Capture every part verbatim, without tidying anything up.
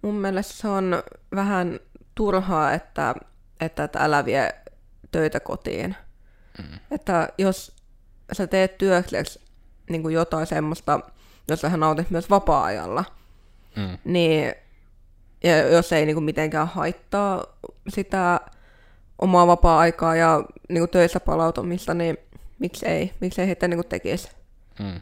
mun mielestä se on vähän turhaa, että, että, että älä vie töitä kotiin. Mm. Että jos sä teet työksesi niin kuin jotain semmoista, jos sä nautit myös vapaa-ajalla, mm. niin ja jos ei niin kuin mitenkään haittaa sitä omaa vapaa-aikaa ja niin kuin töissä palautumista, niin miksi ei, miksi ei heitä niin kuin tekisi. Mm.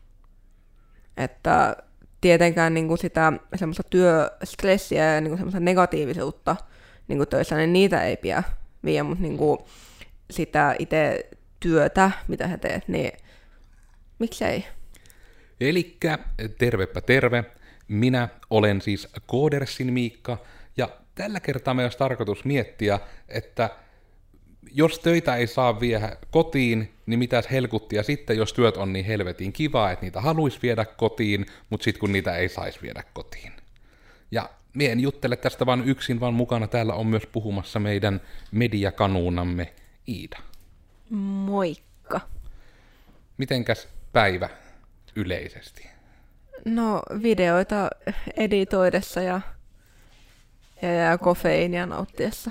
Että tietenkään niin kuin sitä semmoista työstressiä ja niin kuin semmoista negatiivisuutta niin kuin töissä, niin niitä ei pidä viedä, mutta niin kuin sitä itse työtä, mitä sä teet, niin miksei? Elikkä tervepä terve. Minä olen siis Koodersin Miikka, ja tällä kertaa meillä olisi tarkoitus miettiä, että jos töitä ei saa viedä kotiin, niin mitäs helkuttia sitten, jos työt on niin helvetin kivaa, että niitä haluaisi viedä kotiin, mutta sitten kun niitä ei saisi viedä kotiin. Ja mie en juttele tästä vaan yksin, vaan mukana täällä on myös puhumassa meidän mediakanuunamme Iida. Moikka. Mitenkäs päivä yleisesti? No videoita editoidessa ja, ja, ja kofeiinia nauttiessa.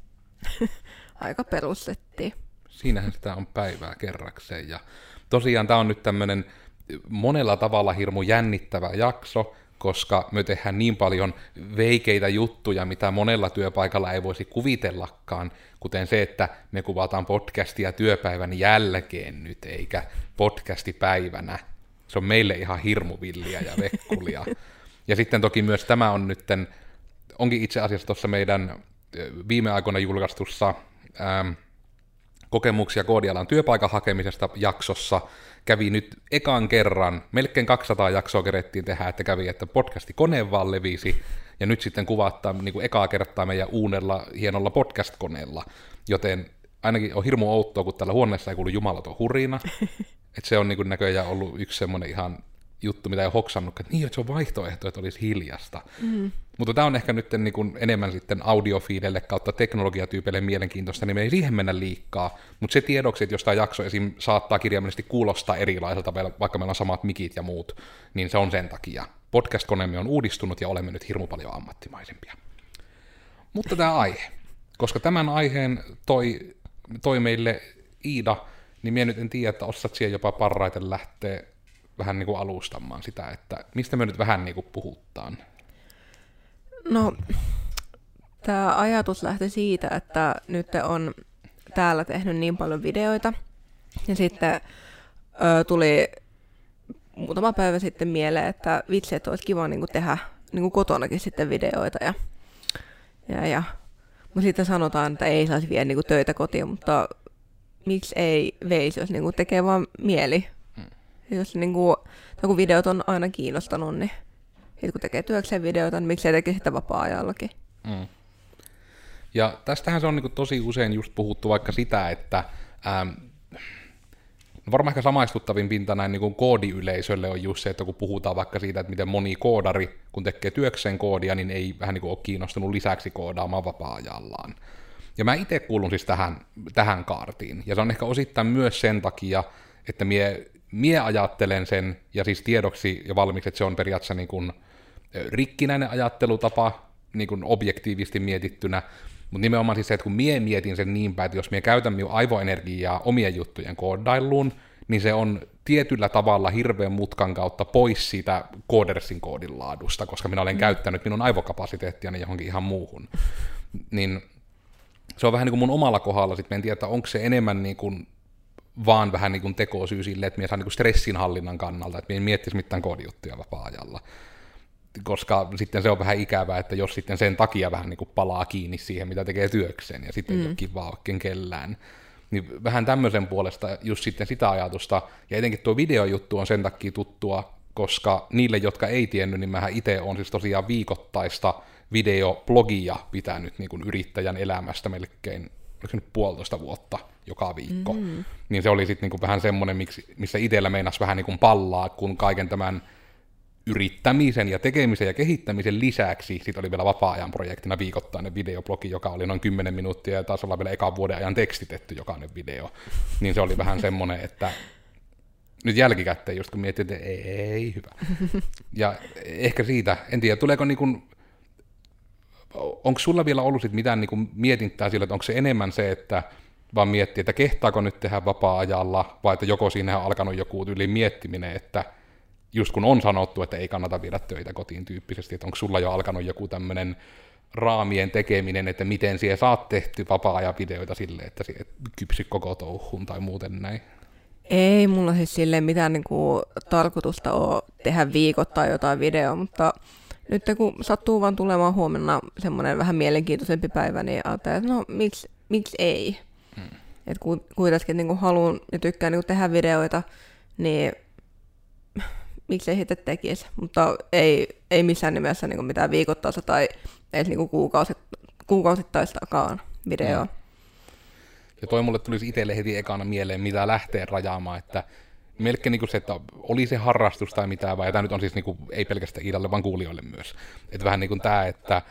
Aika perustettiin. Siinähän sitä on päivää kerrakseen. Ja tosiaan tämä on nyt tämmöinen monella tavalla hirmu jännittävä jakso, koska me tehdään niin paljon veikeitä juttuja, mitä monella työpaikalla ei voisi kuvitellakaan, kuten se, että me kuvataan podcastia työpäivän jälkeen nyt, eikä podcastipäivänä. Se on meille ihan hirmuvilliä ja vekkulia. Ja sitten toki myös tämä on nytten, onkin itse asiassa tuossa meidän viime aikoina julkaistussa ähm, kokemuksia koodialan työpaikan hakemisesta jaksossa kävi nyt ekan kerran, melkein kaksisataa jaksoa kerettiin tehdä, että kävi, että podcasti koneen vaan levisi, ja nyt sitten kuvattaa niin kuin ekaa kertaa meidän uudella hienolla podcast-koneella, joten ainakin on hirmu outoa, kun täällä huoneessa ei kuulu jumalaton hurina, että se on niin kuin näköjään ollut yksi semmoinen ihan juttu, mitä ei ole hoksannut, että niin, että se on vaihtoehto, että olisi hiljasta. Mm. Mutta tämä on ehkä nyt niin kuin enemmän sitten audiofiideille kautta teknologiatyypeille mielenkiintoista, niin me ei siihen mennä liikkaa, mutta se tiedoksi, että jos tämä jakso esim. Saattaa kirjaimellisesti kuulostaa erilaiselta, vaikka meillä on samat mikit ja muut, niin se on sen takia. Podcast-koneemme on uudistunut ja olemme nyt hirmu paljon ammattimaisempia. Mutta tämä aihe, koska tämän aiheen toi, toi meille Iida, niin minä nyt en tiedä, että osaat siihen jopa parhaiten lähteä vähän niin kuin alustamaan sitä, että mistä me nyt vähän niin kuin puhutaan. No, tämä ajatus lähti siitä, että nyt on täällä tehnyt niin paljon videoita, ja sitten ö, tuli muutama päivä sitten mieleen, että vitsi, että olisi kiva niin kuin tehdä niin kuin kotonakin sitten videoita, ja, ja, ja. Mutta sitten sanotaan, että ei saisi viedä niin kuin töitä kotiin, mutta miksi ei veisi, jos niin kuin tekee vaan mieli. Hmm. Jos niin kuin, kun videot on aina kiinnostanut, niin sitten kun tekee työkseen videoita, niin miksei tekee sitä vapaa-ajallakin. Mm. Ja tästähän se on niin kuin tosi usein just puhuttu vaikka sitä, että ähm, varmaan ehkä samaistuttavin pinta näin niin kuin koodiyleisölle on just se, että kun puhutaan vaikka siitä, että miten moni koodari, kun tekee työkseen koodia, niin ei vähän niin kuin ole kiinnostunut lisäksi koodaamaan vapaa-ajallaan. Ja mä itse kuulun siis tähän, tähän kaartiin, ja se on ehkä osittain myös sen takia, että mie, mie ajattelen sen, ja siis tiedoksi ja valmiiksi, että se on periaatteessa niin kuin rikkinäinen ajattelutapa, niin kuin objektiivisesti mietittynä, mutta nimenomaan siis se, että kun mie mietin sen niin päin, että jos mie käytän minun aivoenergiaa omien juttujen koodailuun, niin se on tietyllä tavalla hirveän mutkan kautta pois siitä Koodersin koodin laadusta, koska minä olen mm. käyttänyt minun aivokapasiteettiani johonkin ihan muuhun. Niin se on vähän niin kuin mun omalla kohdalla, sitten en tiedä, että onko se enemmän niin kuin vaan vähän niin kuin tekosyy sille, että minä saan niin kuin stressinhallinnan kannalta, että minä en miettisi mitään koodijuttuja vapaa-ajalla. Koska sitten se on vähän ikävää, että jos sitten sen takia vähän niin kuin palaa kiinni siihen, mitä tekee työkseen, ja sitten mm. ei ole kivaa oikein kellään. Niin vähän tämmöisen puolesta just sitten sitä ajatusta, ja etenkin tuo videojuttu on sen takia tuttua, koska niille, jotka ei tiennyt, niin mähän itse olen siis tosiaan viikoittaista videoblogia pitänyt niin kuin yrittäjän elämästä melkein, oliko se nyt puolitoista vuotta joka viikko. Mm. Niin se oli sitten niin kuin vähän semmoinen, missä itsellä meinasi vähän niin kuin pallaa, kun kaiken tämän yrittämisen ja tekemisen ja kehittämisen lisäksi sitten oli vielä vapaa-ajan projektina viikoittainen videoblogi, joka oli noin kymmenen minuuttia ja taas olla vielä ekan vuoden ajan tekstitetty jokainen video. Niin se oli vähän semmoinen, että nyt jälkikäteen just kun mietin, että ei, ei hyvä. Ja ehkä siitä, en tiedä, tuleeko niin kuin onko sulla vielä ollut sit mitään niinku mietintää sillä, että onko se enemmän se, että vaan miettii, että kehtaako nyt tehdä vapaa-ajalla, vai että joko siinä on alkanut joku yli miettiminen, että just kun on sanottu, että ei kannata viedä töitä kotiin tyyppisesti, että onko sulla jo alkanut joku tämmöinen raamien tekeminen, että miten siellä saat tehty vapaa-ajan videoita silleen, että sie kypsy koko touhuun tai muuten näin? Ei mulla siis silleen mitään niinku tarkoitusta ole tehdä viikoittain jotain videoa, mutta nyt kun sattuu vaan tulemaan huomenna semmoinen vähän mielenkiintoisempi päivä, niin ajattelin, että no miksi, miksi ei? Hmm. Että kuitenkin niinku haluan ja tykkään niinku tehdä videoita, niin miksei sitten tekisi, mutta ei, ei missään nimessä niinku mitään viikoittaista tai edes niinku kuukausit, kuukausittaistakaan videoa. Hmm. Ja toi mulle tulisi itselle heti ekana mieleen, mitä lähtee rajaamaan, että melkein niin se, että oli se harrastus tai mitä, vai tämä nyt on siis niin kuin, ei pelkästään Iidalle, vaan kuulijoille myös. Että vähän niin kuin tämä, että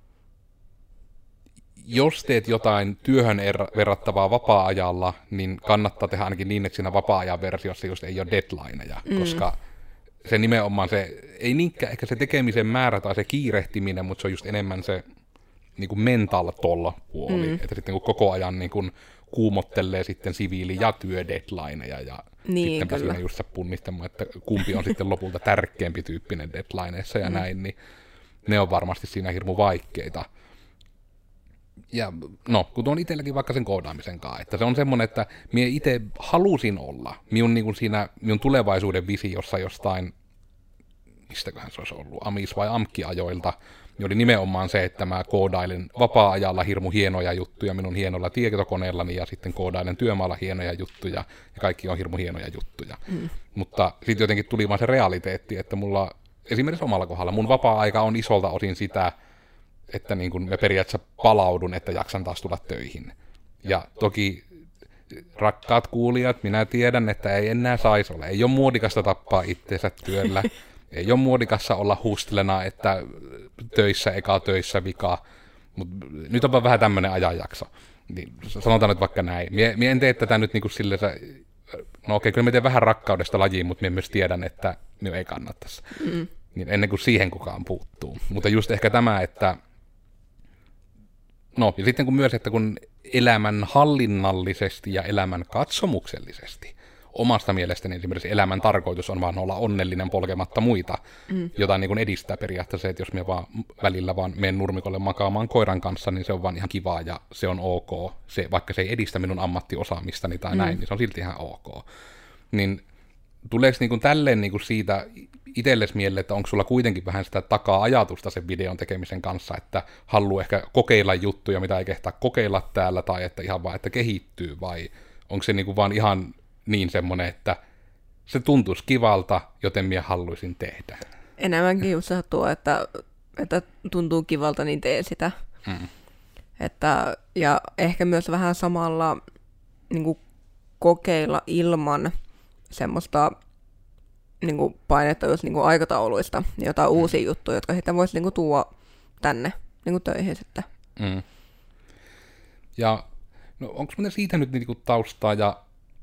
jos teet jotain työhön er- verrattavaa vapaa-ajalla, niin kannattaa tehdä ainakin niin, että siinä vapaa-ajan versiossa just ei ole deadlineja, mm. koska se nimenomaan se, ei niinkään ehkä se tekemisen määrä tai se kiirehtiminen, mutta se on just enemmän se niin kuin mental toll puoli, mm. että sitten kun koko ajan niin kuin kuumottelee sitten siviili- ja työdeadlineja, ja niin, sittenpä kyllä. Siinä just se punnistamaan, että kumpi on sitten lopulta tärkeämpi tyyppinen deadlineissa ja mm. näin, niin ne on varmasti siinä hirmu vaikeita. Ja no, kun tuon itselläkin vaikka sen koodaamisen kanssa, että se on semmoinen, että minä itse halusin olla minun, niin kuin siinä, minun tulevaisuuden visiossa jostain, mistäköhän se olisi ollut, Amis- vai Amkki-ajoilta, niin oli nimenomaan se, että mä koodailen vapaa-ajalla hirmu hienoja juttuja minun hienolla tietokoneellani ja sitten koodailen työmaalla hienoja juttuja ja kaikki on hirmu hienoja juttuja. Mm. Mutta sitten jotenkin tuli vaan se realiteetti, että mulla esimerkiksi omalla kohdalla mun vapaa-aika on isolta osin sitä, että niin kun mä periaatteessa palaudun, että jaksan taas tulla töihin. Ja toki rakkaat kuulijat, minä tiedän, että ei enää saisi olla. Ei ole muodikasta tappaa itseensä työllä. Ei ole muodikassa olla hustlena, että töissä eka töissä vika, mutta nyt on vaan vähän tämmöinen ajanjakso. Niin sanotaan nyt vaikka näin. Mie, mie en tee tätä nyt niinku silleen, no okei, kyllä mä teen vähän rakkaudesta lajiin, mutta mie myös tiedän, että minun ei kannattaisi. Mm. Niin ennen kuin siihen kukaan puuttuu. Mutta just ehkä tämä, että no ja sitten kun myös, että kun elämän hallinnallisesti ja elämän katsomuksellisesti omasta mielestäni esimerkiksi elämän tarkoitus on vaan olla onnellinen polkematta muita, mm. jota niin kuin edistää periaatteessa, että jos me vaan välillä vaan menen nurmikolle makaamaan koiran kanssa, niin se on vaan ihan kivaa ja se on ok. Se, vaikka se ei edistä minun ammattiosaamistani tai mm. näin, niin se on silti ihan ok. Niin tuleeko niin kuin tälleen niin kuin siitä itsellesi mieleen, että onko sulla kuitenkin vähän sitä takaa-ajatusta sen videon tekemisen kanssa, että haluaa ehkä kokeilla juttuja, mitä ei kehtaa kokeilla täällä, tai että ihan vaan, että kehittyy, vai onko se niin kuin vaan ihan niin semmoinen, että se tuntuisi kivalta, joten minä haluaisin tehdä. Enemmänkin just sattuu, että, että tuntuu kivalta, niin teen sitä. Mm. Että, ja ehkä myös vähän samalla niin kuin kokeilla ilman semmoista niin kuin painetta just niin kuin aikatauluista, jotain mm. uusia juttuja, jotka sitten voisi niin kuin tuoda tänne niin kuin töihin sitten. Mm. Ja no, onko meillä siitä nyt niin kuin taustaa ja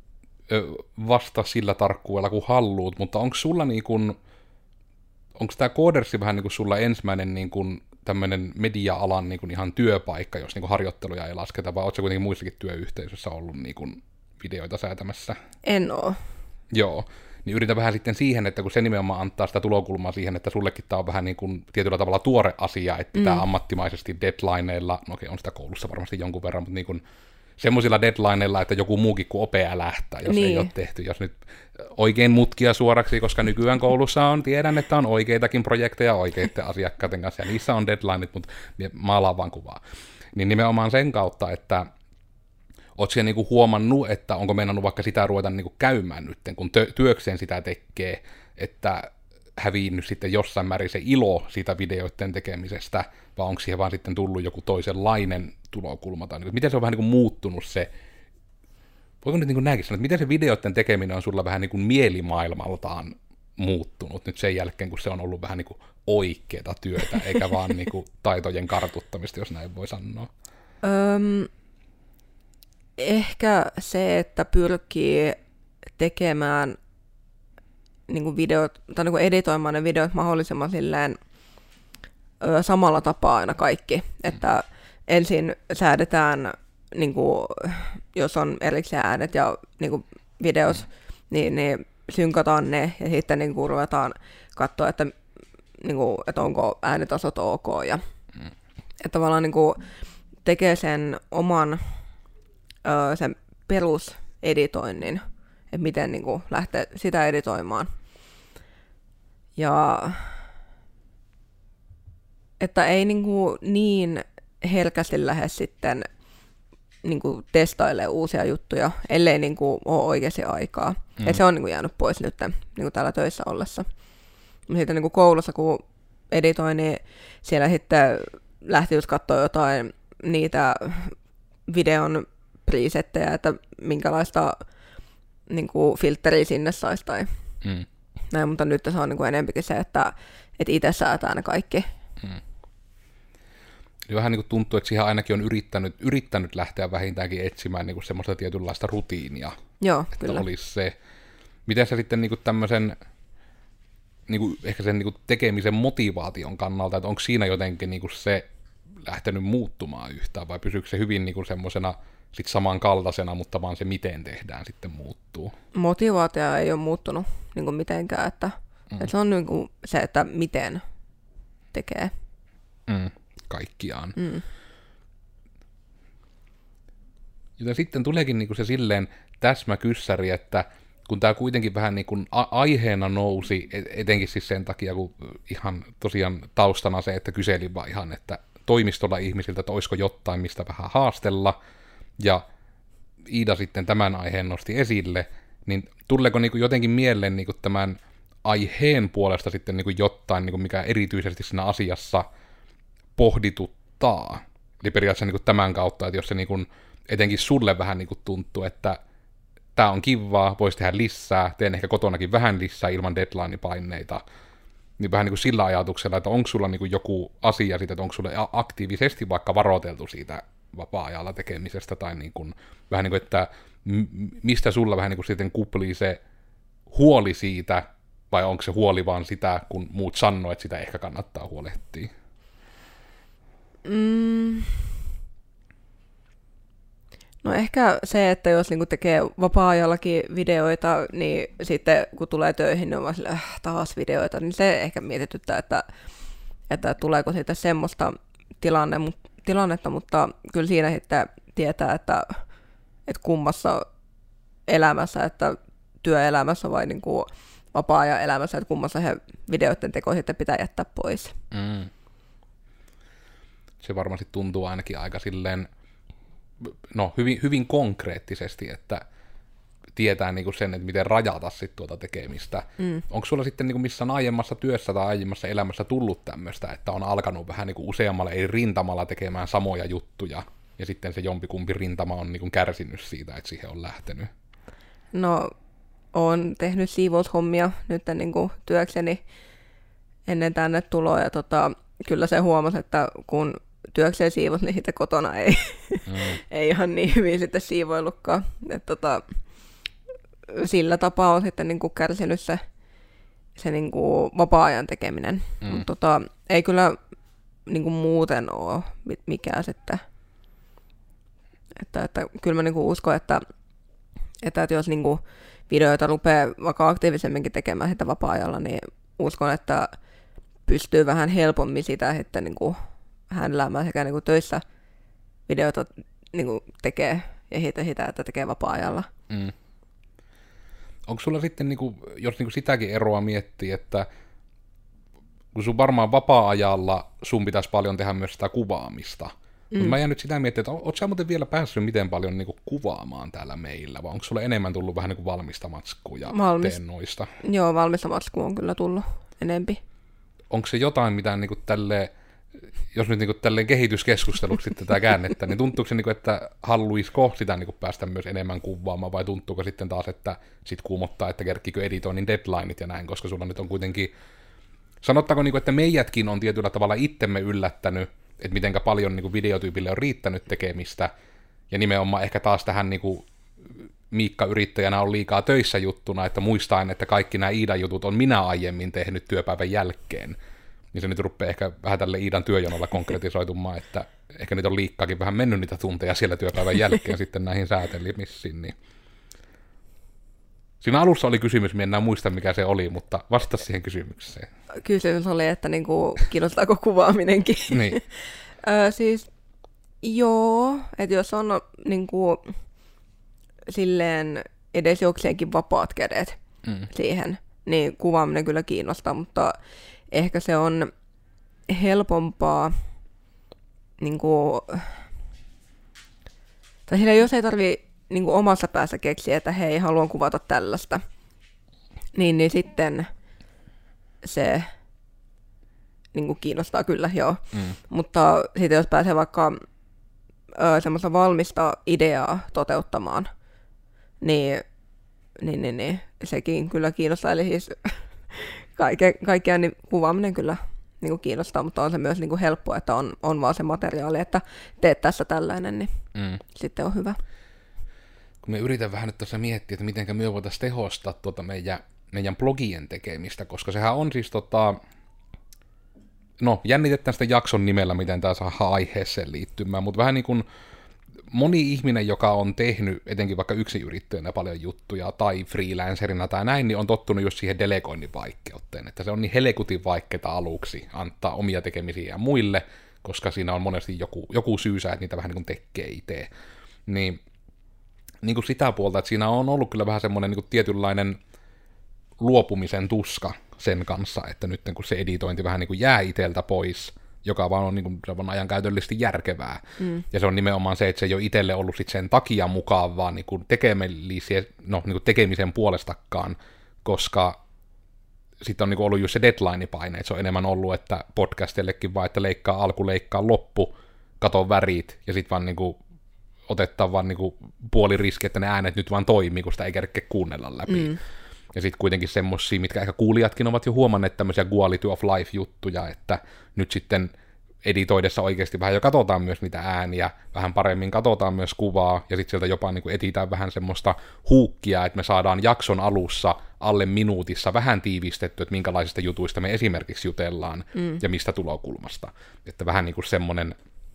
vasta sillä tarkkuudella, kun haluut, mutta onko sulla niin kuin, onko tämä Koodersi vähän niin kuin sulla ensimmäinen niin kuin tämmöinen media-alan niin kuin ihan työpaikka, jos niin kuin harjoitteluja ei lasketa, vai ootko sä kuitenkin muissakin työyhteisöissä ollut niin kuin videoita säätämässä? En oo. Joo, niin yritän vähän sitten siihen, että kun se nimenomaan antaa sitä tulokulmaa siihen, että sullekin tämä on vähän niin kuin tietyllä tavalla tuore asia, että pitää mm. ammattimaisesti deadlineilla, no okei, on sitä koulussa varmasti jonkun verran, mutta niin kuin semmoisilla deadlineilla, että joku muukin kuin opea lähtää, jos niin. ei ole tehty. Jos nyt oikein mutkia suoraksi, koska nykyään koulussa on, tiedän, että on oikeitakin projekteja oikeiden asiakkaiden kanssa, ja niissä on deadlineit, mutta maalaan vaan kuvaa. Niin nimenomaan sen kautta, että oot siellä niinku huomannut, että onko meinannut vaikka sitä ruveta niinku käymään nyt, kun tö- työkseen sitä tekee, että häviinnyt sitten jossain määrin se ilo siitä videoiden tekemisestä, vai onko siihen vaan sitten tullut joku toisenlainen tulokulma, tai niin, miten se on vähän niin kuin muuttunut se, voiko nyt niin kuin näinkin sanoa, että miten se videoiden tekeminen on sulla vähän niin kuin mielimaailmaltaan muuttunut nyt sen jälkeen, kun se on ollut vähän niin kuin oikeaa työtä, eikä vaan niin kuin taitojen kartuttamista, jos näin voi sanoa? Öm, ehkä se, että pyrkii tekemään niin kuin videot, tai niin kuin editoimaan ne videot mahdollisimman silleen ö, samalla tapaa aina kaikki, että ensin säädetään, niin kuin, jos on erikseen äänet ja niin kuin videos, niin, niin synkataan ne ja sitten niin kuin ruvetaan katsoa, että, niin kuin, että onko äänitasot ok ja että tavallaan niin kuin tekee sen oman ö, sen peruseditoinnin, että miten niin kuin lähtee sitä editoimaan. Ja että ei niin, kuin niin herkästi lähde sitten niin kuin testailee uusia juttuja, ellei niin kuin ole oikeasti aikaa. Mm. Ja se on niin kuin jäänyt pois nyt niin kuin täällä töissä ollessa. Sitten niin kuin koulussa, kun editoin, niin siellä sitten lähti just katsoa jotain niitä videon presettejä, että minkälaista niin kuin filtteriä sinne saisi tai mm. näin, mutta nyt se on niin kuin enempikin se, että, että itse säätää ne kaikki. Mm. Eli vähän niin kuin tuntuu, että siihen ainakin on yrittänyt, yrittänyt lähteä vähintäänkin etsimään niin kuin semmoista tietynlaista rutiinia. Joo, että kyllä. olisi se. Miten sä sitten niin kuin tämmöisen, niin kuin ehkä sen niin kuin tekemisen motivaation kannalta, että onko siinä jotenkin niin kuin se lähtenyt muuttumaan yhtään, vai pysyykö se hyvin niin kuin semmoisena sit samankaltaisena, mutta vaan se miten tehdään sitten muuttuu? Motivaatio ei ole muuttunut niin kuin mitenkään, että, mm. että se on niin kuin se, että miten tekee. Mm. Kaikkiaan. Mm. Ja sitten tuleekin niinku se silleen täsmäkyssäri, että kun tämä kuitenkin vähän niinku a- aiheena nousi, etenkin siis sen takia, kun ihan tosiaan taustana se, että kyselin vaan ihan, että toimistolla ihmisiltä, että olisiko jotain, mistä vähän haastella, ja Iida sitten tämän aiheen nosti esille, niin tuleeko niinku jotenkin mieleen niinku tämän aiheen puolesta sitten niinku jotain, niinku mikä erityisesti siinä asiassa pohdituttaa. Eli periaatteessa niin kuin tämän kautta, että jos se niin kuin, etenkin sulle vähän niin kuin tuntuu, että tämä on kivaa, voisi tehdä lisää, teen ehkä kotonakin vähän lisää ilman deadline-paineita, niin vähän niin kuin sillä ajatuksella, että onko sulla niin kuin joku asia siitä, että onko sulle aktiivisesti vaikka varoiteltu siitä vapaa-ajalla tekemisestä, tai niin kuin, vähän niin kuin, että mistä sulla vähän niin kuin sitten kuplii se huoli siitä, vai onko se huoli vaan sitä, kun muut sanoo, että sitä ehkä kannattaa huolehtia? Mm. No ehkä se, että jos niinku tekee vapaa-ajallakin videoita, niin sitten kun tulee töihin, niin on vaan sille, äh, taas videoita, niin se ehkä mietityttää, että, että tuleeko siitä semmoista tilanne, tilannetta, mutta kyllä siinä sitten tietää, että, että kummassa elämässä, että työelämässä vai niinku vapaa-ajan elämässä, että kummassa he videoiden teko sitten pitää jättää pois. Mm. Se varmasti tuntuu ainakin aika silleen, no hyvin, hyvin konkreettisesti, että tietää niinku sen, että miten rajata sit tuota tekemistä. Mm. Onko sulla sitten niinku missään aiemmassa työssä tai aiemmassa elämässä tullut tämmöistä, että on alkanut vähän niinku useammalla eri rintamalla tekemään samoja juttuja, ja sitten se jompikumpi rintama on niinku kärsinyt siitä, että siihen on lähtenyt? No, olen tehnyt siivoushommia nyt niinku työkseni ennen tänne tuloa, ja tota, kyllä se huomasi, että kun työkseen siivos, niin sitten kotona ei, mm. ei ihan niin hyvin sitten siivoillutkaan. Et tota, sillä tapaa on sitten niinku kärsinyt se, se niinku vapaa-ajan tekeminen. Mm. Mut tota, ei kyllä niinku muuten ole mikään sitten. Että, että kyllä mä niinku uskon, että, että, että jos niinku videoita rupeaa vaikka aktiivisemminkin tekemään sitä vapaa-ajalla, niin uskon, että pystyy vähän helpommin sitä, että niinku händläämään sekä niinku töissä videoita niinku tekee ja hitä, hitä, että tekee vapaa-ajalla. Mm. Onko sulla sitten, niinku, jos niinku sitäkin eroa miettii, että kun sun varmaan vapaa-ajalla sun pitäisi paljon tehdä myös sitä kuvaamista, mm. mutta mä jään nyt sitä miettiä, että oot sä muuten vielä päässyt miten paljon niinku kuvaamaan täällä meillä, vai onko sulla enemmän tullut vähän niinku valmista matskua ja Valmis... teen noista? Joo, valmista matskua on kyllä tullut enempi. Onko se jotain, mitä niinku tälle, jos nyt niinku tälleen kehityskeskusteluksi sitten tätä käännettä, niin tuntuuko se, niinku, että haluaisiko sitä niinku päästä myös enemmän kuvaamaan, vai tuntuuko sitten taas, että sit kuumottaa, että kerkkikö editoinnin deadlineit ja näin, koska sulla nyt on kuitenkin, sanottaako, niinku, että meidätkin on tietyllä tavalla itsemme yllättänyt, että mitenkä paljon niinku videotyypille on riittänyt tekemistä, ja nimenomaan ehkä taas tähän niinku Miikka-yrittäjänä on liikaa töissä juttuna, että muistaen, että kaikki nämä Iidan jutut on minä aiemmin tehnyt työpäivän jälkeen. niin se nyt rupeaa ehkä vähän tälle Iidan työjonolla konkretisoitumaan, että ehkä niitä on liikkaakin vähän mennyt niitä tunteja siellä työpäivän jälkeen sitten näihin säätelimisiin. Niin. Siinä alussa oli kysymys, minä en enää muista mikä se oli, mutta vasta siihen kysymykseen. Kysymys oli, että niinku, kiinnostaako kuvaaminenkin. Niin. Ö, siis joo, että jos on niinku, silleen edes jokseenkin vapaat kädet mm. siihen, niin kuvaaminen kyllä kiinnostaa, mutta ehkä se on helpompaa, niinku, tai sillä jos ei tarvitse niinku omassa päässä keksiä, että hei, haluan kuvata tällaista, niin, niin sitten se niinku kiinnostaa kyllä, joo. Mm. Mutta sitten jos pääsee vaikka ö, semmoista valmista ideaa toteuttamaan, niin, niin, niin, niin sekin kyllä kiinnostaa. Eli siis kaikkea, kaikkea niin kuvaaminen kyllä niin kuin kiinnostaa, mutta on se myös niin kuin helppoa, että on, on vaan se materiaali, että teet tässä tällainen, niin mm. sitten on hyvä. Kun me yritän vähän nyt tuossa miettiä, että miten me voitaisiin tehostaa tuota meidän, meidän blogien tekemistä, koska sehän on siis tota... No, jännitetään sitä jakson nimellä, miten tämä saa aiheeseen liittymään, mutta vähän niin kuin moni ihminen, joka on tehnyt etenkin vaikka yksinyrittäjänä paljon juttuja tai freelancerina tai näin, niin on tottunut just siihen delegoinnin vaikeuteen, että se on niin helekutin vaikeaa aluksi antaa omia tekemisiä muille, koska siinä on monesti joku, joku syysä, että niitä vähän niin kuin tekee itse. Niin, niin kuin sitä puolta, että siinä on ollut kyllä vähän semmoinen niin kuin tietynlainen luopumisen tuska sen kanssa, että nyt kun se editointi vähän niin kuin jää itseltä pois, joka vaan on, niin kuin, se on ajankäytöllisesti järkevää. Mm. Ja se on nimenomaan se, että se ei ole itselle ollut sit sen takia mukaan, vaan niin kuin no, niin kuin tekemisen puolestakaan, koska sitten on niin kuin ollut just se deadline-paine, että se on enemmän ollut, että podcastellekin vaan, että leikkaa alku, leikkaa loppu, kato värit, ja sitten vaan niin kuin otetaan vaan niin kuin puoli riski, että ne äänet nyt vaan toimii, kun sitä ei kerkeä kuunnella läpi. Mm. Ja sitten kuitenkin semmosia, mitkä ehkä kuulijatkin ovat jo huomanneet tämmöisiä quality of life-juttuja, että nyt sitten editoidessa oikeasti vähän jo katsotaan myös niitä ääniä, vähän paremmin katsotaan myös kuvaa, ja sitten sieltä jopa niin kuin etsitään vähän semmoista huukkia, että me saadaan jakson alussa alle minuutissa vähän tiivistetty, että minkälaisista jutuista me esimerkiksi jutellaan, mm. ja mistä tulokulmasta. Että vähän niin kuin semmoinen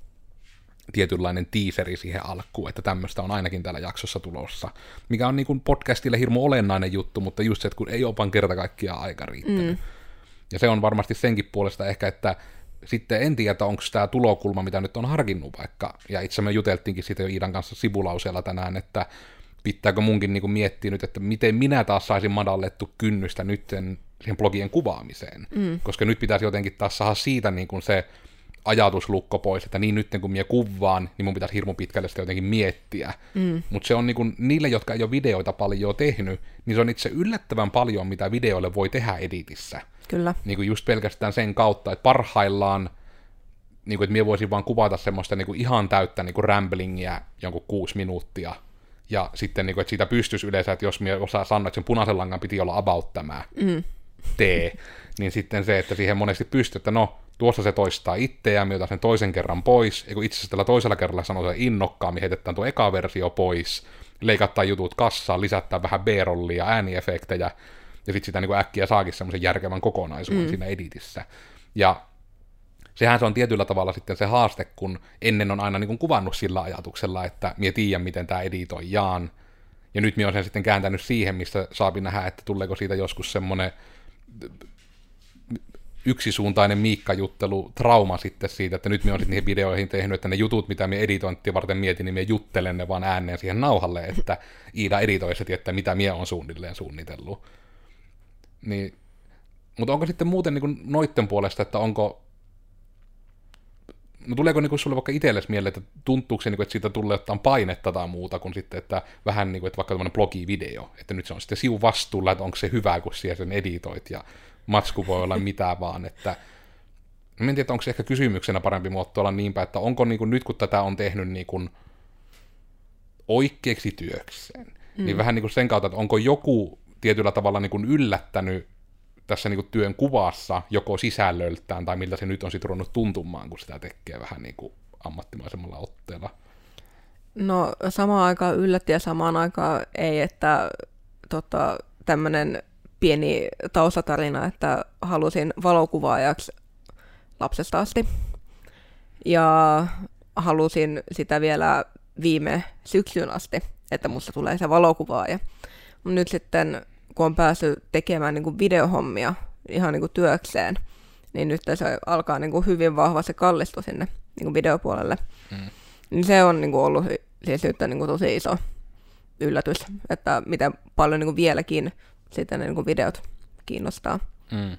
tietynlainen tiiseri siihen alkuun, että tämmöistä on ainakin täällä jaksossa tulossa, mikä on niin kuin podcastille hirmu olennainen juttu, mutta just se, että kun ei ole vaan kerta kaikkiaan aika riittänyt. Mm. Ja se on varmasti senkin puolesta ehkä, että sitten en tiedä, onko tämä tulokulma, mitä nyt on harkinnut vaikka, ja itse me juteltiinkin siitä jo Iidan kanssa sivulauseella tänään, että pitääkö munkin niin kuin miettiä nyt, että miten minä taas saisin madallettu kynnystä nyt siihen blogien kuvaamiseen, mm. koska nyt pitäisi jotenkin taas saada siitä niin kuin se ajatuslukko pois, että niin nyt kun minä kuvaan, niin mun pitäisi hirmu pitkälle sitä jotenkin miettiä. Mm. Mutta se on niin kuin, niille, jotka ei ole videoita paljon tehnyt, niin se on itse yllättävän paljon, mitä videoille voi tehdä editissä. Kyllä. Niin kuin just pelkästään sen kautta, että parhaillaan, niin kuin, että minä voisin vaan kuvata semmoista niin kuin ihan täyttä niin kuin ramblingia jonkun kuusi minuuttia, ja sitten, niin kuin, että siitä pystyisi yleensä, että jos minä osaa sanoa, että sen punaisen langan piti olla about tämä mm. tee, niin sitten se, että siihen monesti pystyy, että no, tuossa se toistaa itseään, me otan sen toisen kerran pois, ja kun itse asiassa tällä toisella kerralla sanotaan innokkaammin, heitetään tuo eka versio pois, leikataan jutut kassaan, lisätään vähän B-rollia, ääniefektejä, ja sitten sitä niin kuin äkkiä saakin semmoisen järkevän kokonaisuuden mm. siinä editissä. Ja sehän se on tietyllä tavalla sitten se haaste, kun ennen on aina niin kuin kuvannut sillä ajatuksella, että mie tiedän, miten tämä editoijaan, ja nyt minä olen sen sitten kääntänyt siihen, missä saapi nähdä, että tuleeko siitä joskus semmoinen yksisuuntainen miikkajuttelu, trauma sitten siitä, että nyt minä olen sitten niihin videoihin tehnyt, että ne jutut, mitä minä editointia varten mietin, niin minä juttelen ne vaan ääneen siihen nauhalle, että Iida editoi se, että mitä minä olen suunnilleen suunnitellut. Niin, mutta onko sitten muuten niin kuin noitten puolesta, että onko, no tuleeko niin kuin sulle vaikka itsellesi mieleen, että tuntuuko se, niin kuin, että siitä tulee jotain painetta tai muuta, kuin sitten, että vähän niin kuin, että vaikka tämmöinen blogivideo, että nyt se on sitten siun vastuulla, että onko se hyvä, kun siellä sen editoit, ja matsku voi olla mitä vaan, että en tiedä, onko se ehkä kysymyksenä parempi muotoilla niinpä, että onko niin kuin, nyt kun tätä on tehnyt niin kuin oikeaksi työkseen, mm. niin vähän niin kuin sen kautta, että onko joku tietyllä tavalla niin kuin yllättänyt tässä niin kuin työn kuvassa joko sisällöltään tai miltä se nyt on sitten ruvennut tuntumaan, kun sitä tekee vähän niin kuin ammattimaisemmalla otteella. No samaan aikaan yllätti ja samaan aikaan ei, että tota, tämmöinen pieni taustatarina, että halusin valokuvaajaksi lapsesta asti. Ja halusin sitä vielä viime syksyn asti, että musta tulee se valokuvaaja. Mutta nyt sitten, kun on päässyt tekemään niin kuin videohommia ihan niin kuin työkseen, niin nyt se alkaa niin kuin hyvin vahva se kallistu sinne niin kuin videopuolelle. Mm. Niin se on niin kuin ollut siis nyt niin kuin tosi iso yllätys, että miten paljon niin kuin vieläkin sitten ne niin kuin videot kiinnostaa. Mm.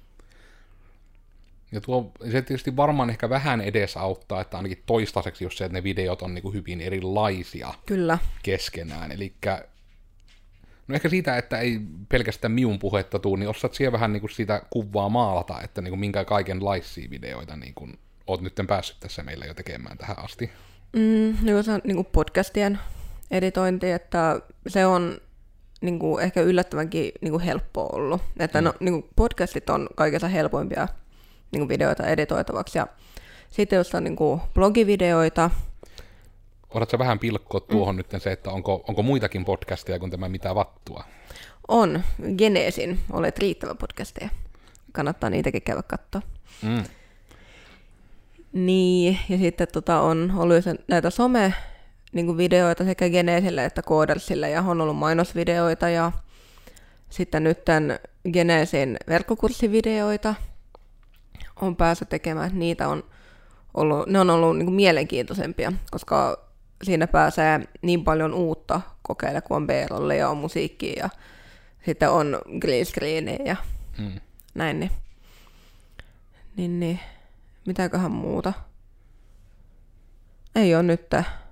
Ja tuo, se tietysti varmaan ehkä vähän edesauttaa, että ainakin toistaiseksi, jos se, että ne videot on niin kuin hyvin erilaisia Kyllä. keskenään. Elikkä, no ehkä siitä, että ei pelkästään minun puhetta tule, niin osaat siellä vähän niin kuin sitä kuvaa maalata, että niin kuin minkä kaikenlaisia videoita niin kuin oot nyt päässyt tässä meillä jo tekemään tähän asti. Mm, no se on niin kuin podcastien editointi, että se on niin kuin ehkä yllättävänkin niin kuin helppoa ollut. Että mm. no, niin kuin podcastit on kaikessa helpoimpia niin kuin videoita editoitavaksi. Ja sitten jos on niin kuin blogivideoita. Oletko vähän pilkkoa tuohon mm. nyt se, että onko, onko muitakin podcasteja kuin tämä Mitä vattua? On. Geneesin Olet riittävä podcasteja. Kannattaa niitäkin käydä katsoa. Mm. Niin, ja sitten tota, on ollut näitä some niin videoita sekä Geneesille että Codersille, ja on ollut mainosvideoita, ja sitten nyt tämän Geneesin verkkokurssivideoita on päässyt tekemään. Niitä on ollut, ne on ollut niin kuin mielenkiintoisempia, koska siinä pääsee niin paljon uutta kokeilla, kun on B-rolle ja on musiikkia, ja sitten on green screenia ja hmm. näin. Niin, niin, niin. Mitäköhän muuta? Ei ole nyt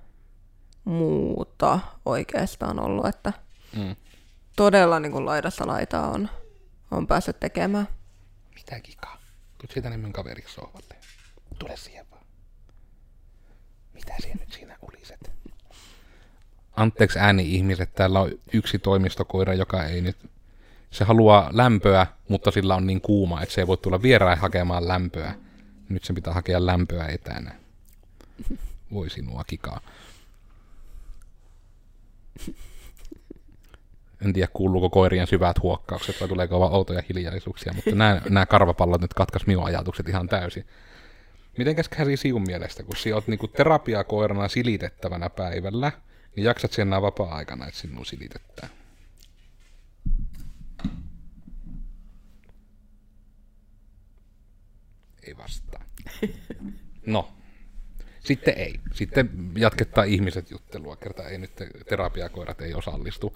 muuta oikeastaan ollut, että mm. todella niin kuin laidasta laitaa on, on päässyt tekemään. Mitä kikaa? Tuut siitä niin minun kaveriksi sohvalle. Tule siihen vaan. Mitä siellä nyt siinä uliset? Anteeksi ääni-ihmiset, täällä on yksi toimistokoira, joka ei nyt... Se haluaa lämpöä, mutta sillä on niin kuuma, että se ei voi tulla vieraan hakemaan lämpöä. Nyt sen pitää hakea lämpöä etänä. Voi sinua kikaa. En tiedä, kuuluuko koirien syvät huokkaukset vai tuleeko vaan outoja hiljaisuuksia, mutta nämä, nämä karvapallot nyt katkas minun ajatukset ihan täysin. Mitenkäs käsi sinun mielestä, kun sinä olet niinku terapiakoirana silitettävänä päivällä, niin jaksat sen enää vapaa-aikana, että sinun silitetään? Ei vastaa. No, sitten ei. Sitten jatkettaa ihmiset juttelua, kerta ei nyt terapiakoirat ei osallistu.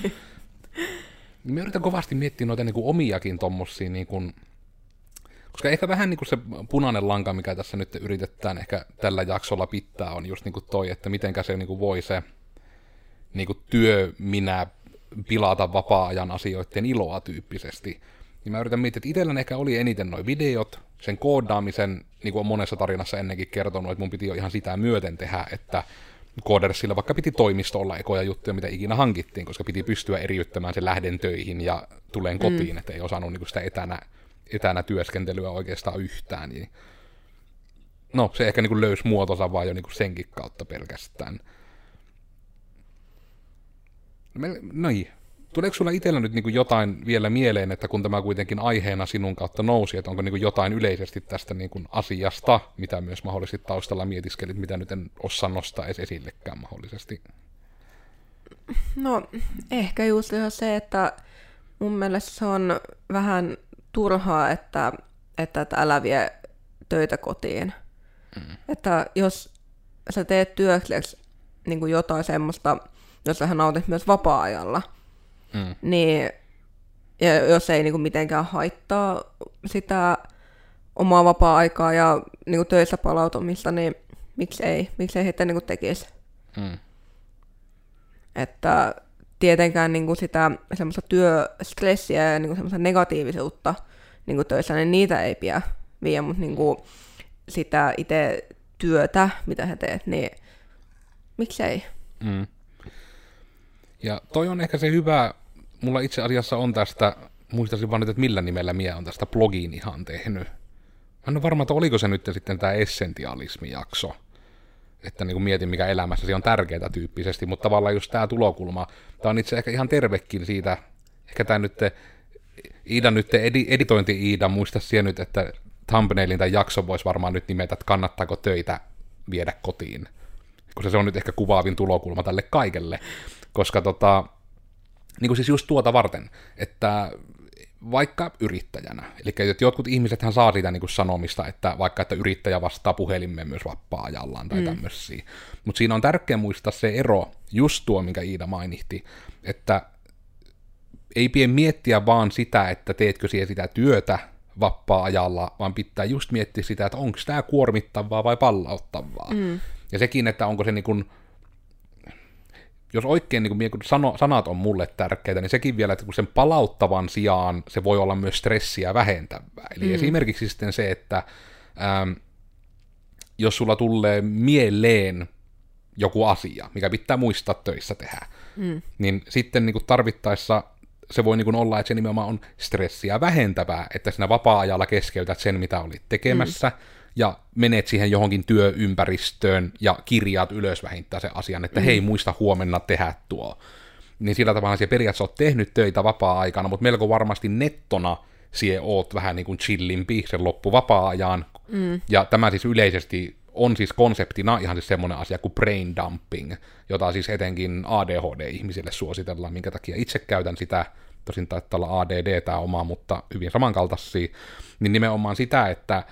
Mä yritän kovasti miettiä noita niin kuin omiakin tommosia, niin kuin, koska ehkä vähän niin kuin se punainen lanka, mikä tässä nyt yritetään ehkä tällä jaksolla pitää, on just niin kuin toi, että mitenkä se niin kuin voi se niin kuin työ minä pilata vapaa-ajan asioiden iloa tyyppisesti. Niin mä yritän miettiä, että itselläni ehkä oli eniten noi videot, sen koodaamisen, niin kuin on monessa tarinassa ennenkin kertonut, että mun piti jo ihan sitä myöten tehdä, että Codersilla vaikka piti toimisto olla ekoja juttuja, mitä ikinä hankittiin, koska piti pystyä eriyttämään sen lähden töihin ja tulen kotiin, mm. että ei osannut niin kuin sitä etänä, etänä työskentelyä oikeastaan yhtään. Niin no, se ehkä niin kuin löysi muotonsa vaan jo niin kuin senkin kautta pelkästään. No niin. Tuleeko sulla itsellä nyt niin kuin jotain vielä mieleen, että kun tämä kuitenkin aiheena sinun kautta nousi, että onko niin kuin jotain yleisesti tästä niin kuin asiasta, mitä myös mahdollisesti taustalla mietiskelit, mitä nyt en osaa nostaa edes esillekään mahdollisesti? No, ehkä just se, että mun mielestä se on vähän turhaa, että, että, että älä vie töitä kotiin. Mm. Että jos sä teet työksesi niin kuin jotain semmoista, jos sä nautit myös vapaa-ajalla, Mm. niin ja jos ei niin kuin mitenkään haittaa sitä omaa vapaa-aikaa ja niin kuin töissä palautumista, niin miksi ei, miksi ei heitä niin kuin tekisi. Mm. Että tietenkään niin kuin sitä semmoista työstressiä ja niin kuin semmoista negatiivisuutta niin kuin töissä, niin niitä ei pidä viedä, mutta niin kuin sitä itse työtä, mitä sä teet, niin miksei. Mm. Ja toi on ehkä se hyvä, mulla itse asiassa on tästä, muistaisin vaan nyt, että millä nimellä minä on tästä blogiin ihan tehnyt. Mä en ole varma, että oliko se nyt sitten tämä essentialismi-jakso, että niin kuin mietin, mikä elämässä on tärkeää tyyppisesti, mutta tavallaan just tämä tulokulma, tämä on itse ehkä ihan tervekin siitä, ehkä tämä nyt, Iida nyt, edi, editointi Iida, muista siellä nyt, että thumbnailin tai jakson voisi varmaan nyt nimetä, että kannattaako töitä viedä kotiin. Koska se on nyt ehkä kuvaavin tulokulma tälle kaikelle. Koska tota, niin kuin siis just tuota varten, että vaikka yrittäjänä, eli jotkut ihmisethän saa siitä niin kuin sanomista, että vaikka että yrittäjä vastaa puhelimeen myös vapaa-ajallaan tai mm. tämmöisiä. Mutta siinä on tärkeää muistaa se ero, just tuo, minkä Iida mainitsi, että ei pidä miettiä vaan sitä, että teetkö siihen sitä työtä vapaa-ajalla, vaan pitää just miettiä sitä, että onko tämä kuormittavaa vai pallauttavaa. Mm. Ja sekin, että onko se niin kuin, jos oikein niin kuin sano, sanat on mulle tärkeitä, niin sekin vielä, että kun sen palauttavan sijaan se voi olla myös stressiä vähentävää. Eli mm. esimerkiksi sitten se, että ähm, jos sulla tulee mieleen joku asia, mikä pitää muistaa töissä tehdä, mm. niin sitten niin kuin tarvittaessa se voi niin kuin olla, että se nimenomaan on stressiä vähentävää, että sinä vapaa-ajalla keskeytät sen, mitä olit tekemässä, mm. ja menet siihen johonkin työympäristöön ja kirjaat ylös vähintään sen asian, että mm. hei, muista huomenna tehdä tuo. Niin sillä tavalla siellä periaatteessa olet tehnyt töitä vapaa-aikana, mutta melko varmasti nettona sie oot vähän niin kuin chillimpi sen loppuvapaa-ajan. Mm. Ja tämä siis yleisesti on siis konseptina ihan siis semmoinen asia kuin brain dumping, jota siis etenkin A D H D-ihmisille suositellaan, minkä takia itse käytän sitä, tosin taitaa olla A D D tämä oma, mutta hyvin samankaltaisia, niin nimenomaan sitä, että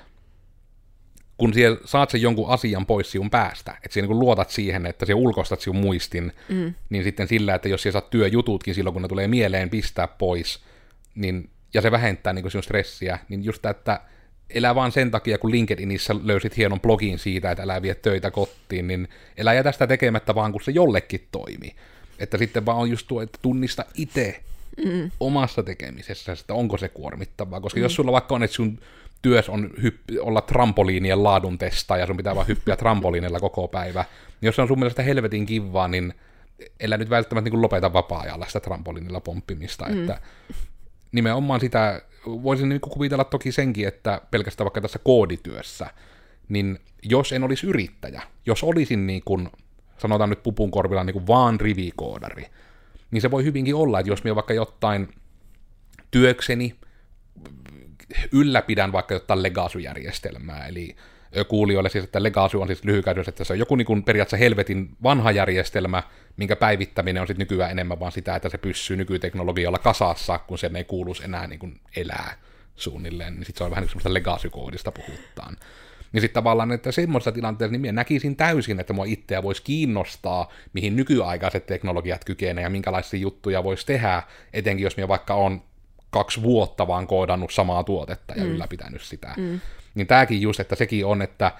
kun siellä saat sen jonkun asian pois sinun päästä, että siellä niin luotat siihen, että siellä ulkoistat sinun muistin, mm. niin sitten sillä, että jos siellä saat työjututkin silloin, kun ne tulee mieleen pistää pois, niin, ja se vähentää niin sinun stressiä, niin just tämä, että elää vaan sen takia, kun LinkedInissä löysit hienon blogin siitä, että älä vie töitä kotiin, niin elää jätä sitä tekemättä vaan, kun se jollekin toimi. Että sitten vaan on just tuo, että tunnista itse mm. omassa tekemisessä, että onko se kuormittavaa. Koska mm. jos sulla vaikka on, että sun työs on hyppi, olla trampoliinien laadun testaa, ja sun pitää vaan hyppiä trampoliinilla koko päivä, niin jos se on sun mielestä helvetin kivaa, niin elää nyt välttämättä niin kuin lopeta vapaa-ajalla sitä trampoliinilla pomppimista. Mm. Että nimenomaan sitä voisin niin kuvitella toki senkin, että pelkästään vaikka tässä koodityössä, niin jos en olisi yrittäjä, jos olisin niin kuin, sanotaan nyt pupun korvilla niin kuin vaan rivikoodari, niin se voi hyvinkin olla, että jos minä vaikka jotain työkseni ylläpidän vaikka jotain legacy-järjestelmää, eli kuulijoille siis, että legacy on siis lyhykäisyys, että se on joku niin kuin periaatteessa helvetin vanha järjestelmä, minkä päivittäminen on sitten nykyään enemmän vaan sitä, että se pysyy nykyteknologialla kasassa, kun sen ei kuuluisi enää niin kuin elää suunnilleen, niin sitten se on vähän niin kuin semmoista legacy-koodista puhutaan. Niin sitten tavallaan, että semmoisessa tilanteessa niin minä näkisin täysin, että mua itseä voisi kiinnostaa, mihin nykyaikaiset teknologiat kykenee ja minkälaisia juttuja voisi tehdä, etenkin jos minä vaikka on kaksi vuotta vaan koodannut samaa tuotetta ja mm. ylläpitänyt sitä. Mm. Niin tämäkin just, että sekin on, että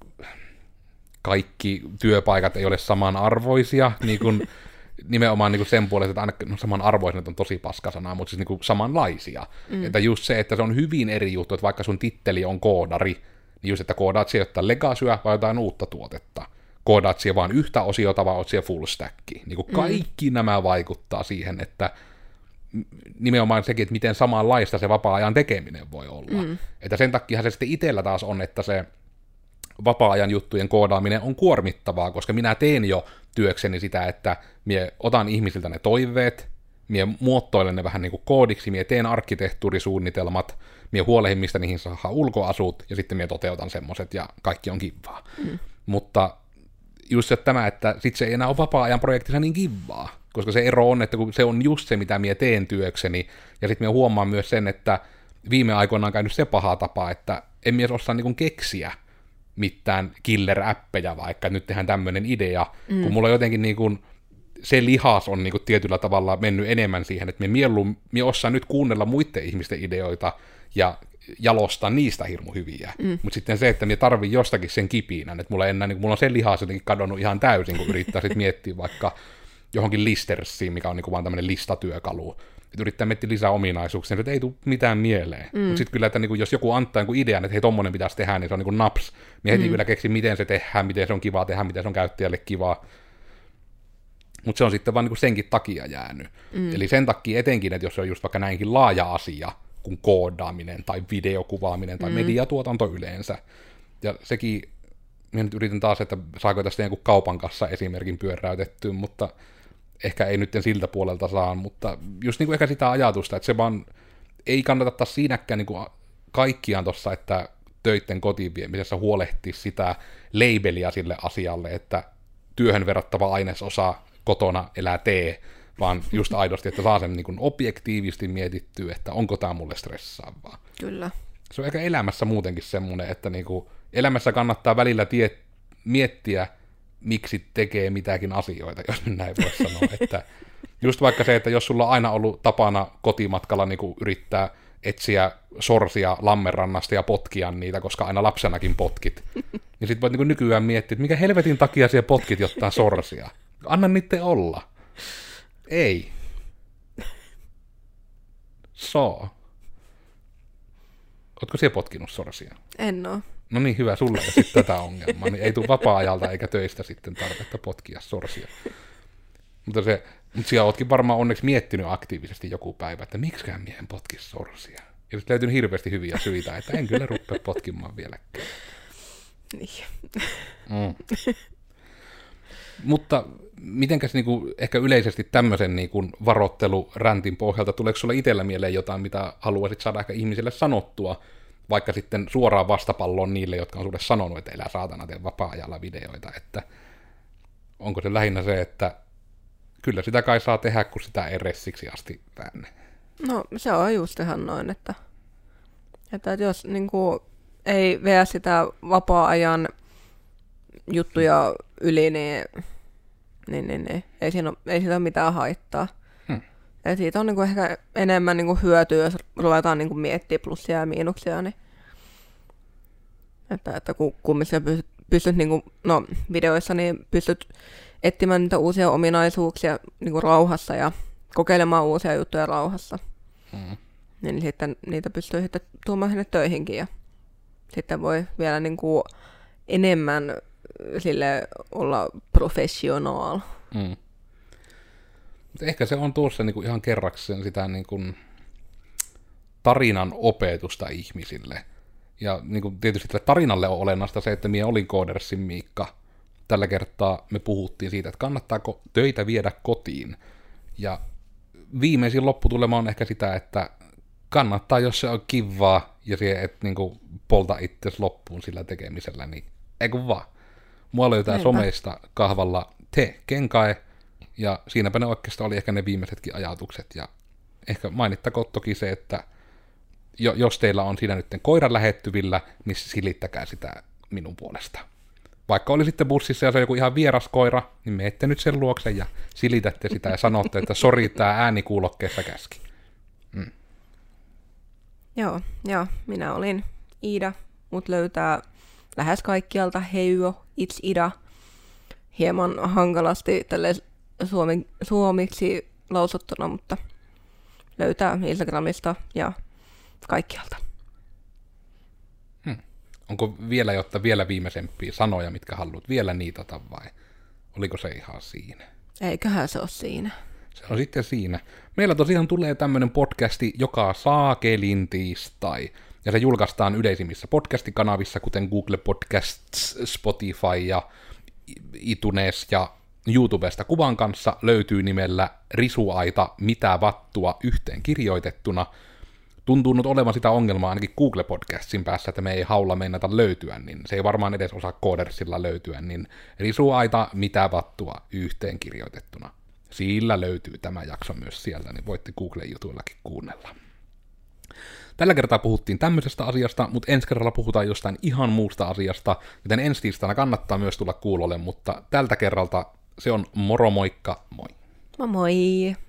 kaikki työpaikat ei ole samanarvoisia, niin kuin nimenomaan niin kuin sen puolesta, että aina no, samanarvoisia on tosi paskasana, mutta siis niin kuin samanlaisia. Mm. Että just se, että se on hyvin eri juttu, että vaikka sun titteli on koodari, niin just, että koodaat siellä jotain legacyä vai jotain uutta tuotetta. Koodaat siellä vaan yhtä osiota, vai oot siellä full stacki. Niin kuin kaikki mm. nämä vaikuttaa siihen, että nimenomaan sekin, että miten samanlaista se vapaa-ajan tekeminen voi olla. Mm. Että sen takia se sitten itsellä taas on, että se vapaa-ajan juttujen koodaaminen on kuormittavaa, koska minä teen jo työkseni sitä, että mie otan ihmisiltä ne toiveet, mie muotoilen ne vähän niin kuin koodiksi, mie teen arkkitehtuurisuunnitelmat, mie huolehin, mistä niihin saa ulkoasut, ja sitten mie toteutan semmoiset, ja kaikki on kivaa. Mm. Mutta just se, että tämä, että sit se ei enää ole vapaa-ajan projektissa niin kivaa, koska se ero on, että kun se on just se, mitä mie teen työkseni, ja sitten mie huomaan myös sen, että viime aikoina on käynyt se paha tapa, että en mies osaa niin keksiä mitään killer-äppejä, vaikka nyt tehdään tämmöinen idea, mm. kun mulla jotenkin niin kuin, se lihas on niin kuin tietyllä tavalla mennyt enemmän siihen, että mie mieluummin mie osaan nyt kuunnella muiden ihmisten ideoita ja jalostaa niistä hirmu hyviä. Mm. Mutta sitten se, että mie tarvii jostakin sen kipinän, että mulla, enää, niin mulla on se lihas jotenkin kadonnut ihan täysin, kun yrittää sitten miettiä vaikka johonkin listersiin, mikä on niin kuin vaan tämmöinen listatyökalu. Että yrittää miettiä lisää ominaisuuksia, että ei tule mitään mieleen. Mm. Mutta sitten kyllä, että niin jos joku antaa jonkun idean, että hei, tommonen pitäisi tehdä, niin se on niin kuin naps. Niin heti mm. kyllä keksi, miten se tehdään, miten se on kiva tehdä, miten se on käyttäjälle kiva. Mutta se on sitten vaan niin kuin senkin takia jäänyt. Mm. Eli sen takia etenkin, että jos se on just vaikka näinkin laaja asia, kuin koodaaminen tai videokuvaaminen tai mm. mediatuotanto yleensä. Ja sekin, minä nyt yritän taas, että saako tästä jonkun kaupan kanssa esimerkin pyöräytettyä, mutta ehkä ei nyt siltä puolelta saa, mutta just niin kuin ehkä sitä ajatusta, että se vaan ei kannata taas siinäkään niin kuin kaikkiaan tuossa, että töitten kotiin viemisessä huolehtia sitä labeliä sille asialle, että työhön verrattava ainesosa kotona elää tee, vaan just aidosti, että saa sen niin kuin objektiivisesti mietittyä, että onko tämä mulle stressaavaa. Kyllä. Se on ehkä elämässä muutenkin semmoinen, että niin kuin elämässä kannattaa välillä tie- miettiä, miksi tekee mitäkin asioita, jos näin voi sanoa. Että just vaikka se, että jos sulla on aina ollut tapana kotimatkalla niin kuin yrittää etsiä sorsia Lammenrannasta ja potkia niitä, koska aina lapsenakin potkit, niin sit voit niin kuin nykyään miettiä, että mikä helvetin takia siellä potkit jotain sorsia. Anna niitten olla. Ei. So. Ootko siellä potkinut sorsia? En oo. No niin, hyvä, sulla ei ole sitten tätä ongelmaa, niin ei tule vapaa-ajalta eikä töistä sitten tarvetta potkia sorsia. Mutta se, mutta siellä ootkin varmaan onneksi miettinyt aktiivisesti joku päivä, että miksikään miehen potki sorsia. Ja sitten löytynyt hirveästi hyviä syitä, että en kyllä rupea potkimaan vieläkään. Niin. Mm. Mutta mitenkäs niinku, ehkä yleisesti tämmöisen niinku varoitteluräntin pohjalta, tuleeko sulle itsellä mieleen jotain, mitä haluaisit saada ehkä ihmisille sanottua, vaikka sitten suoraan vastapalloon niille, jotka on sulle sanonut, että elää saatana tee vapaa-ajalla videoita, että onko se lähinnä se, että kyllä sitä kai saa tehdä, kun sitä ei ressiksi asti väännä. No se on just ihan noin, että, että jos niin kuin, ei veä sitä vapaa-ajan juttuja yli, niin, niin, niin, niin ei, siinä ole, ei siitä ole mitään haittaa. Hmm. Ja siitä on niin kuin, ehkä enemmän niin kuin, hyötyä, jos ruvetaan niin kuin, miettimään plussia ja miinuksia. Niin, että, että kun kumminkin pystyt, pystyt niin kuin, no, videoissa, niin pystyt etsimään niitä uusia ominaisuuksia niin kuin, rauhassa ja kokeilemaan uusia juttuja rauhassa. Hmm. Niin sitten niitä pystyy sitten tuomaan sinne töihinkin ja sitten voi vielä niin kuin, enemmän sille olla professional. Mm. Ehkä se on tuossa niinku ihan kerrakseen sitä niinku tarinan opetusta ihmisille. Ja niinku tietysti tälle tarinalle on olennaista se, että minä olin Koodersin Miikka. Tällä kertaa me puhuttiin siitä, että kannattaako töitä viedä kotiin. Ja viimeisin lopputulema on ehkä sitä, että kannattaa, jos se on kivaa ja se, et niinku polta itsesi loppuun sillä tekemisellä, niin ei kun vaan. Mua löytää Eipä. someista kahvalla Te Kenkae, ja siinäpä ne oikeastaan oli ehkä ne viimeisetkin ajatukset. Ja ehkä mainittakoon toki se, että jo, jos teillä on siinä nyt koira lähettyvillä, niin silittäkää sitä minun puolesta. Vaikka oli sitten bussissa ja se on joku ihan vieras koira, niin menette nyt sen luokse ja silitätte sitä ja sanotte, että sori, tää ääni kuulokkeessa käski. Mm. Joo, joo, minä olin Iida, mut löytää lähes kaikkialta Heijo, It's Ida, hieman hankalasti tälleen suomi, suomiksi lausuttuna, mutta löytää Instagramista ja kaikkialta. Hmm. Onko vielä jotta vielä viimeisempiä sanoja, mitkä haluat vielä niitata vai oliko se ihan siinä? Eiköhän se ole siinä. Se on sitten siinä. Meillä tosiaan tulee tämmöinen podcasti joka saakelin tiistai. Ja se julkaistaan yleisimmissä podcastikanavissa, kuten Google Podcasts, Spotify ja iTunes ja YouTubesta kuvan kanssa löytyy nimellä Risuaita mitä vattua yhteen kirjoitettuna. Tuntuu nyt olevan sitä ongelmaa ainakin Google Podcastsin päässä, että me ei haulla meinata löytyä, niin se ei varmaan edes osaa Koodersilla löytyä, niin Risuaita mitä vattua yhteen kirjoitettuna. Sillä löytyy tämä jakso myös sieltä, niin voitte Google-jutuillakin kuunnella. Tällä kertaa puhuttiin tämmöisestä asiasta, mutta ensi kerralla puhutaan jostain ihan muusta asiasta, joten ensi tiistaina kannattaa myös tulla kuulolle, mutta tältä kerralta se on moro moikka, moi. Moi moi!